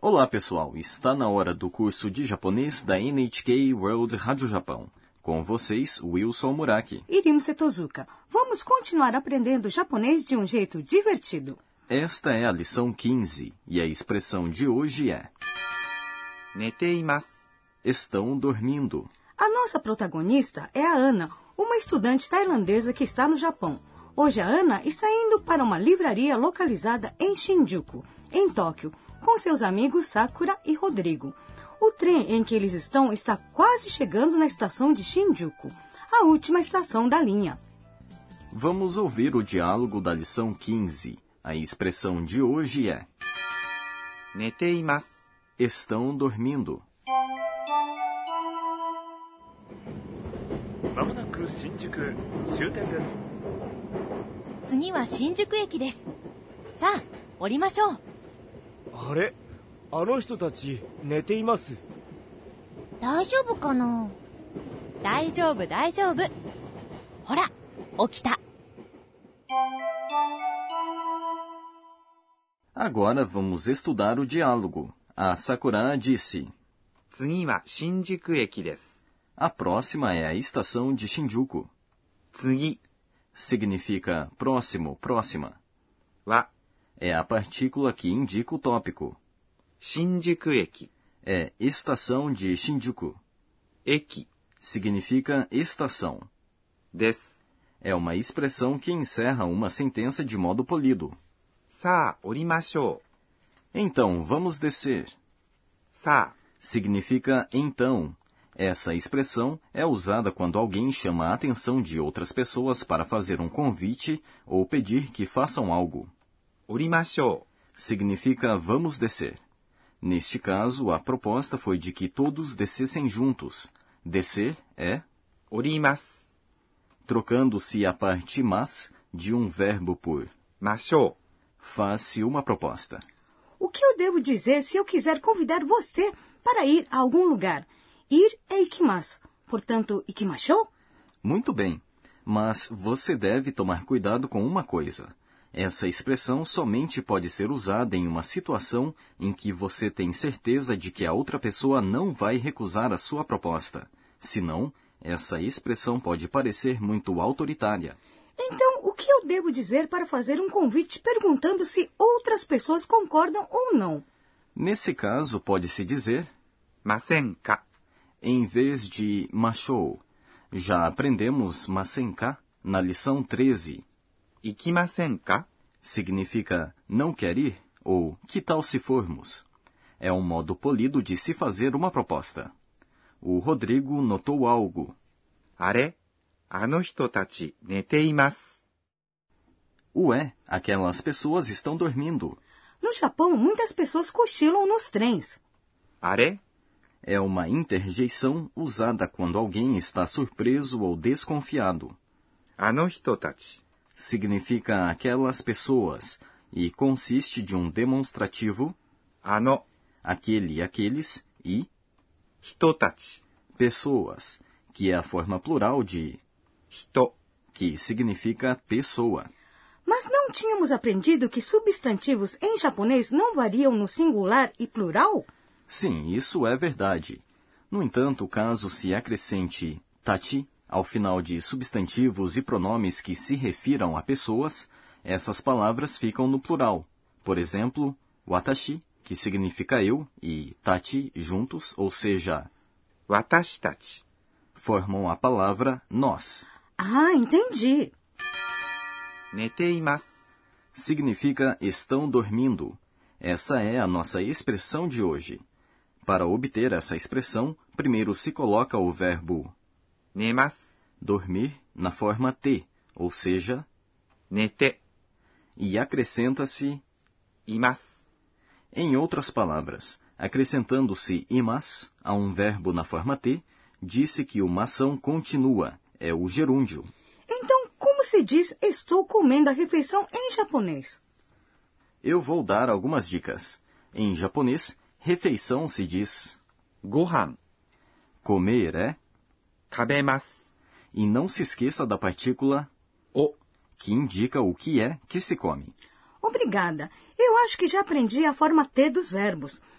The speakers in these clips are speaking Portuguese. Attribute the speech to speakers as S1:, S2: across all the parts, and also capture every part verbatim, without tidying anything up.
S1: Olá, pessoal! Está na hora do curso de japonês da N H K World Rádio Japão. Com vocês, Wilson Muraki.
S2: E Rimo Setozuka. Vamos continuar aprendendo japonês de um jeito divertido.
S1: Esta é a lição quinze e a expressão de hoje é...
S3: 寝ています.
S1: Estão dormindo.
S2: A nossa protagonista é a Ana, uma estudante tailandesa que está no Japão. Hoje a Ana está indo para uma livraria localizada em Shinjuku, em Tóquio, com seus amigos Sakura e Rodrigo. O trem em que eles estão está quase chegando na estação de Shinjuku, a última estação da linha.
S1: Vamos ouvir o diálogo da lição quinze. A expressão de hoje é...
S3: 寝ています.
S1: Estão dormindo.
S4: まもなく新宿終点です。
S5: 次は新宿駅です。さあ、降りましょう。
S6: あれ、あの人たち寝ています。
S5: 大丈夫かな？大丈夫、大丈夫。ほら、起きた。
S1: Agora vamos estudar o diálogo. A Sakura disse...
S3: 次は新宿駅です.
S1: A próxima é a estação de Shinjuku.
S3: 次
S1: significa próximo, próxima.
S3: は
S1: É a partícula que indica o tópico.
S3: 新宿駅
S1: É estação de Shinjuku.
S3: 駅
S1: Significa estação.
S3: です.
S1: É uma expressão que encerra uma sentença de modo polido.
S3: さあ降りましょう.
S1: Então, vamos descer.
S3: さあ
S1: Significa então. Essa expressão é usada quando alguém chama a atenção de outras pessoas para fazer um convite ou pedir que façam algo.
S3: 降りましょ
S1: Significa vamos descer. Neste caso, a proposta foi de que todos descessem juntos. Descer é
S3: う. 降ります.
S1: trocando-se a parte mas de um verbo por
S3: ましょ
S1: faz-se uma proposta.
S2: O que eu devo dizer se eu quiser convidar você para ir a algum lugar? Ir é ikimasu. Portanto, ikimashou?
S1: Muito bem, mas você deve tomar cuidado com uma coisa. Essa expressão somente pode ser usada em uma situação em que você tem certeza de que a outra pessoa não vai recusar a sua proposta. Senão, essa expressão pode parecer muito autoritária.
S2: Então, o que eu devo dizer para fazer um convite perguntando se outras pessoas concordam ou não?
S1: Nesse caso, pode-se dizer
S3: う. ませんか
S1: em vez de mashou. Já aprendemos masenka na lição treze.
S3: 行きませんか
S1: Significa não quer ir ou que tal se formos. É um modo polido de se fazer uma proposta. O Rodrigo notou algo.
S3: あれあの人たち寝ています.
S1: Ué, aquelas pessoas estão dormindo.
S2: No Japão, muitas pessoas cochilam nos trens.
S3: あれ
S1: É uma interjeição usada quando alguém está surpreso ou desconfiado.
S3: あの人たち
S1: Significa aquelas pessoas e consiste de um demonstrativo
S3: あの
S1: aquele e aqueles e
S3: 人たち
S1: pessoas, que é a forma plural de
S3: 人
S1: que significa pessoa.
S2: Mas não tínhamos aprendido que substantivos em japonês não variam no singular e plural?
S1: Sim, isso é verdade. No entanto, caso se acrescente tachi ao final de substantivos e pronomes que se refiram a pessoas, essas palavras ficam no plural. Por exemplo, watashi, que significa eu, e tachi juntos, ou seja,
S3: 私たち
S1: formam a palavra nós.
S2: Ah, entendi.
S3: 寝ています.
S1: Significa estão dormindo. Essa é a nossa expressão de hoje. Para obter essa expressão, primeiro se coloca o verbo
S3: 寝ます
S1: dormir na forma T, ou seja,
S3: 寝て
S1: e acrescenta-se
S3: います.
S1: Em outras palavras, acrescentando-se imas a um verbo na forma T, disse que uma ação continua, é o gerúndio.
S2: Então, como se diz estou comendo a refeição em japonês?
S1: Eu vou dar algumas dicas. Em japonês, refeição se diz
S3: ご飯
S1: comer é
S3: 食べます.
S1: e não se esqueça da partícula
S3: お
S1: que indica o que é que se come.
S2: Obrigada. Eu acho que já aprendi a forma T dos verbos.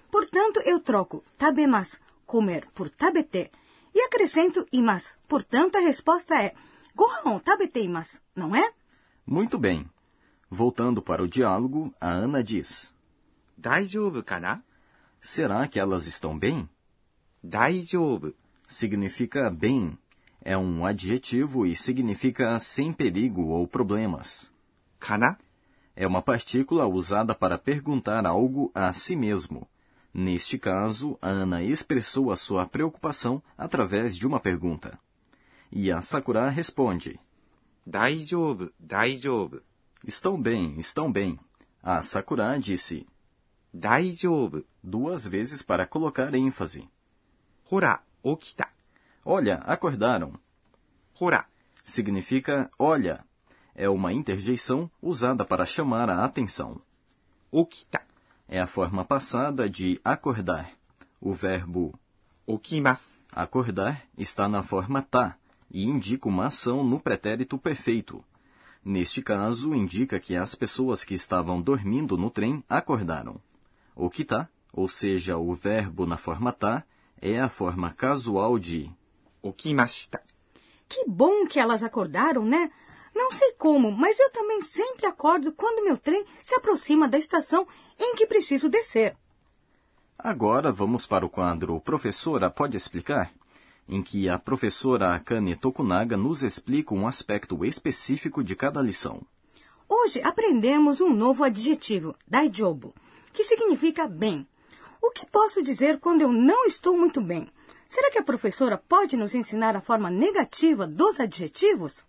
S2: Portanto, eu troco tabemasu, comer, por tabete, e acrescento imasu. Portanto, a resposta é gohan o tabete imasu, não é?
S1: Muito bem. Voltando para o diálogo, a Ana diz:
S3: 大丈夫かな?
S1: Será que elas estão bem?
S3: 大丈夫
S1: Significa bem. É um adjetivo e significa sem perigo ou problemas.
S3: かな?
S1: É uma partícula usada para perguntar algo a si mesmo. Neste caso, a Ana expressou a sua preocupação através de uma pergunta. E a Sakura responde:
S3: 大丈夫、大丈夫。
S1: Estão bem, estão bem. A Sakura disse
S3: 大丈夫。
S1: duas vezes para colocar ênfase.
S3: ほら、起きた。
S1: Olha, acordaram.
S3: ほら、
S1: Significa olha. É uma interjeição usada para chamar a atenção.
S3: 起きた。
S1: É a forma passada de acordar. O verbo
S3: 起きます。
S1: acordar está na forma tá e indica uma ação no pretérito perfeito. Neste caso, indica que as pessoas que estavam dormindo no trem acordaram. Okita, ou seja, o verbo na forma tá, é a forma casual de
S3: 起きました。
S2: Que bom que elas acordaram, né? Não sei como, mas eu também sempre acordo quando meu trem se aproxima da estação em que preciso descer.
S1: Agora vamos para o quadro Professora Pode Explicar, em que a professora Akane Tokunaga nos explica um aspecto específico de cada lição.
S2: Hoje aprendemos um novo adjetivo, daijoubu, que significa bem. O que posso dizer quando eu não estou muito bem? Será que a professora pode nos ensinar a forma negativa dos adjetivos?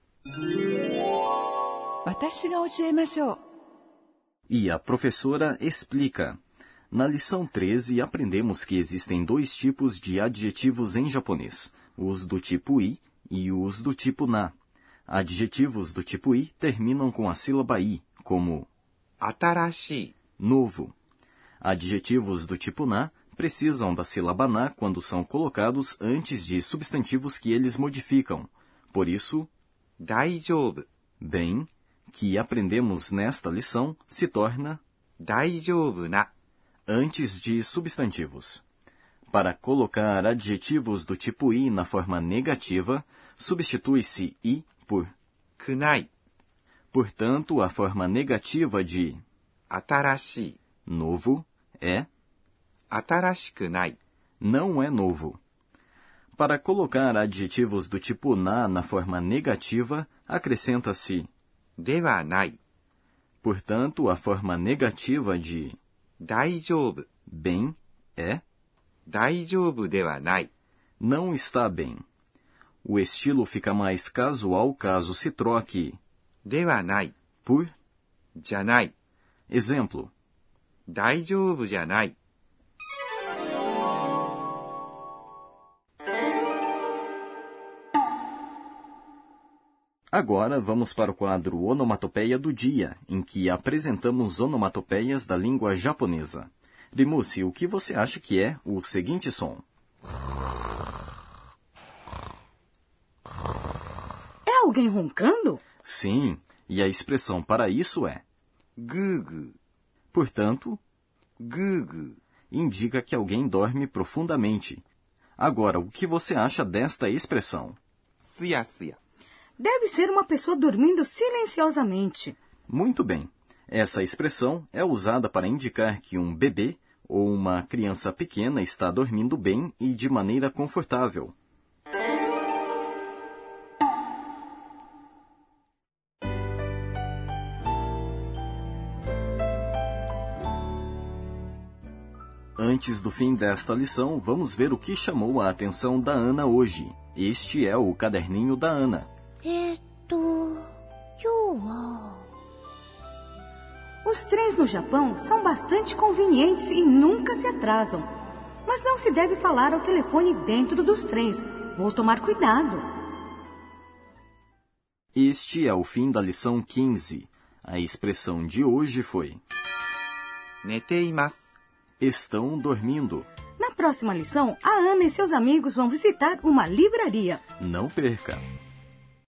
S1: E a professora explica. Na lição treze, aprendemos que existem dois tipos de adjetivos em japonês, os do tipo i e os do tipo na. Adjetivos do tipo i terminam com a sílaba i, como
S3: 新しい。
S1: novo. Adjetivos do tipo na precisam da sílaba na quando são colocados antes de substantivos que eles modificam. Por isso,
S3: 大丈夫。
S1: bem, que aprendemos nesta lição, se torna
S3: 大丈夫な。
S1: antes de substantivos. Para colocar adjetivos do tipo i na forma negativa, substitui-se i por
S3: くない。
S1: portanto, a forma negativa de
S3: 新しい。
S1: novo é
S3: 新しくない。
S1: não é novo. Para colocar adjetivos do tipo na na forma negativa, acrescenta-se
S3: ではない。
S1: portanto, a forma negativa de
S3: 大丈夫。
S1: bem é
S3: 大丈夫ではない。
S1: não está bem. O estilo fica mais casual caso se troque
S3: ではない。
S1: por
S3: じゃない。
S1: exemplo.
S3: 大丈夫じゃない。
S1: Agora vamos para o quadro Onomatopeia do Dia, em que apresentamos onomatopeias da língua japonesa. Rimusi, o que você acha que é o seguinte som?
S2: É alguém roncando?
S1: Sim, e a expressão para isso é
S3: グーグー。
S1: portanto,
S3: グーグー。
S1: indica que alguém dorme profundamente. Agora, o que você acha desta expressão?
S3: すやすや。
S2: Deve ser uma pessoa dormindo silenciosamente.
S1: Muito bem. Essa expressão é usada para indicar que um bebê ou uma criança pequena está dormindo bem e de maneira confortável. Antes do fim desta lição, vamos ver o que chamou a atenção da Ana hoje. Este é o caderninho da Ana.
S5: えーっと、今日は...
S2: Os trens no Japão são bastante convenientes e nunca se atrasam. Mas não se deve falar ao telefone dentro dos trens. Vou tomar cuidado.
S1: Este é o fim da lição quinze. A expressão de hoje foi
S3: 寝ています。
S1: estão dormindo.
S2: Na próxima lição, a Ana e seus amigos vão visitar uma livraria.
S1: Não perca!